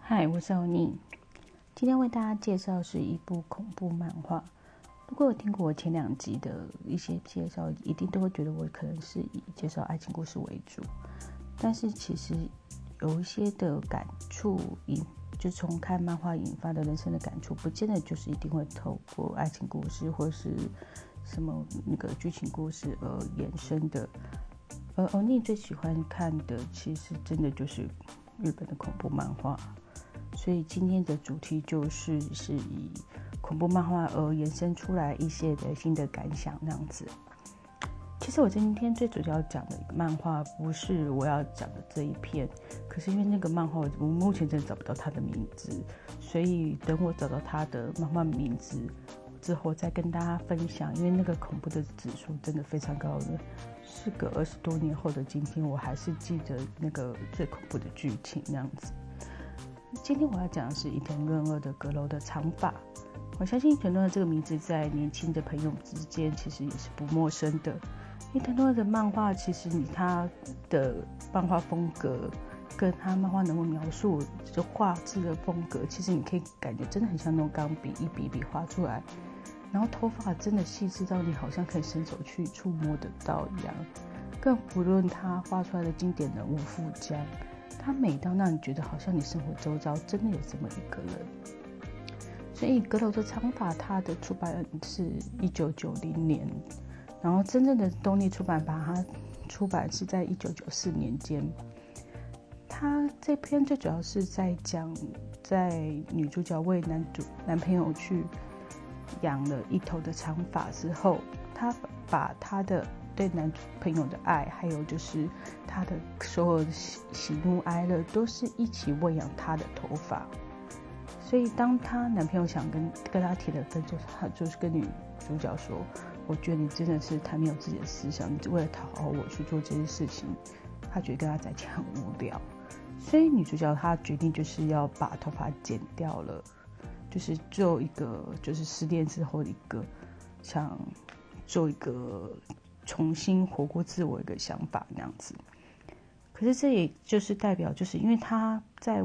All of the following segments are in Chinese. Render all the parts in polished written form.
嗨，我是欧尼。今天为大家介绍是一部恐怖漫画。如果有听过我前2集的一些介绍，一定都会觉得我可能是以介绍爱情故事为主。但是其实有一些的感触就从看漫画引发的人生的感触，不见得就是一定会透过爱情故事或是什么那个剧情故事而衍生的。而欧尼最喜欢看的，其实真的就是日本的恐怖漫画。所以今天的主题就是以恐怖漫画而延伸出来一些的新的感想那样子。其实我今天最主要讲的漫画不是我要讲的这一篇，可是因为那个漫画我目前真的找不到它的名字，所以等我找到它的漫画名字之后再跟大家分享。因为那个恐怖的指数真的非常高的，事隔20多年后的今天，我还是记得那个最恐怖的剧情那样子。今天我要讲的是伊藤润二的阁楼的长发。我相信伊藤润二这个名字在年轻的朋友之间其实也是不陌生的。伊藤润二的漫画，其实他的漫画风格跟他漫画能够描述就画质的风格，其实你可以感觉真的很像那种钢笔一笔一笔画出来，然后头发真的细致到你好像可以伸手去触摸得到一样。更不论他画出来的经典人物富江，他美到让你觉得好像你生活周遭真的有这么一个人。所以阁楼的长发，他的出版是1990年，然后真正的东立出版把它出版是在1994年间。他这篇最主要是在讲，在女主角为男朋友去养了一头的长发之后，他把他的对男朋友的爱，还有就是他的所有的喜怒哀乐，都是一起喂养他的头发。所以当他男朋友想跟他提了分手，他就是跟女主角说：“我觉得你真的是太没有自己的思想，你为了讨好我去做这些事情。”他觉得跟他在一起很无聊，所以女主角她决定就是要把头发剪掉了，就是做一个就是失恋之后的一个想做一个重新活过自我一个想法那样子。可是这也就是代表，就是因为他在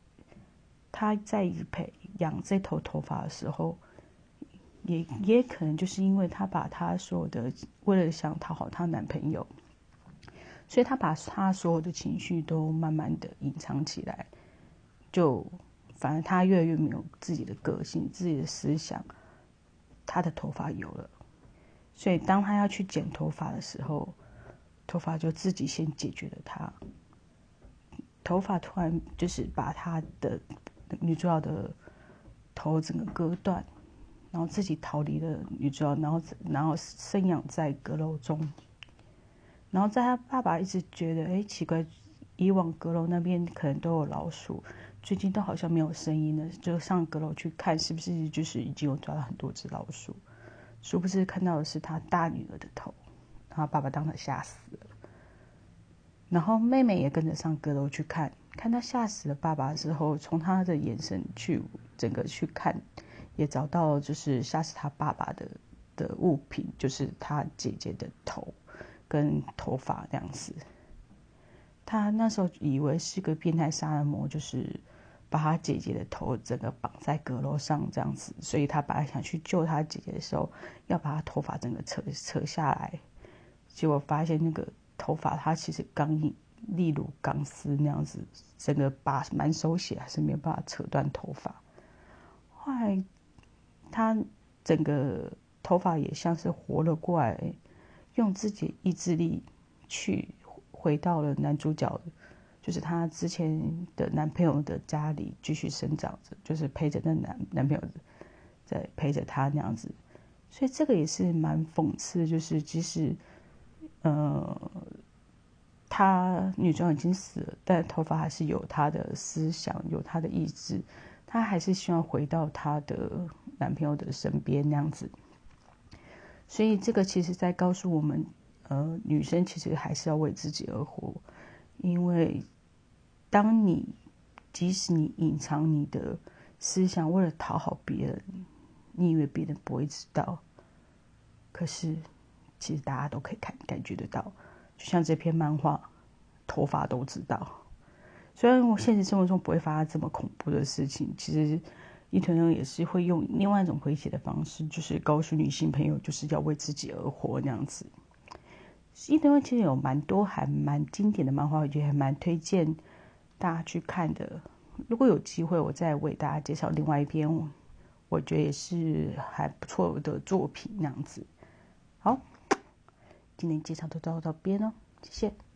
养这头头发的时候，也可能就是因为他把他所有的为了想讨好他男朋友，所以他把他所有的情绪都慢慢的隐藏起来，就反而他越来越没有自己的个性、自己的思想。他的头发有了，所以当他要去剪头发的时候，头发就自己先解决了他。头发突然就是把他的女主角的头整个割断，然后自己逃离了女主角，然后生养在阁楼中。然后在他爸爸一直觉得奇怪，以往阁楼那边可能都有老鼠，最近都好像没有声音了，就上阁楼去看是不是就是已经有抓到很多只老鼠。殊不知看到的是他大女儿的头，然后爸爸当场吓死了。然后妹妹也跟着上阁楼去看他吓死了爸爸之后，从他的眼神去整个去看，也找到就是吓死他爸爸的物品，就是他姐姐的头跟头发这样子。他那时候以为是个变态杀人魔，就是把他姐姐的头整个绑在阁楼上这样子，所以他本来想去救他姐姐的时候，要把他头发整个扯下来，结果发现那个头发它其实刚硬，例如钢丝那样子，整个把满手血还是没有办法扯断头发。后来他整个头发也像是活了过来，用自己意志力去回到了男主角，就是他之前的男朋友的家里继续生长着，就是陪着那男朋友在陪着他那样子。所以这个也是蛮讽刺，就是即使他女主角已经死了，但头发还是有他的思想，有他的意志，他还是希望回到他的男朋友的身边那样子。所以这个其实在告诉我们，女生其实还是要为自己而活，因为即使你隐藏你的思想，为了讨好别人，你以为别人不会知道，可是其实大家都可以感觉得到。就像这篇漫画，头发都知道。 虽然我现实生活中不会发生这么恐怖的事情，其实伊藤润也是会用另外一种诙谐的方式，就是告诉女性朋友就是要为自己而活那样子。伊藤润其实有蛮多还蛮经典的漫画，我觉得还蛮推荐大家去看的。如果有机会，我再为大家介绍另外一篇，我觉得也是还不错的作品那样子。好，今天介绍就到这边哦，谢谢。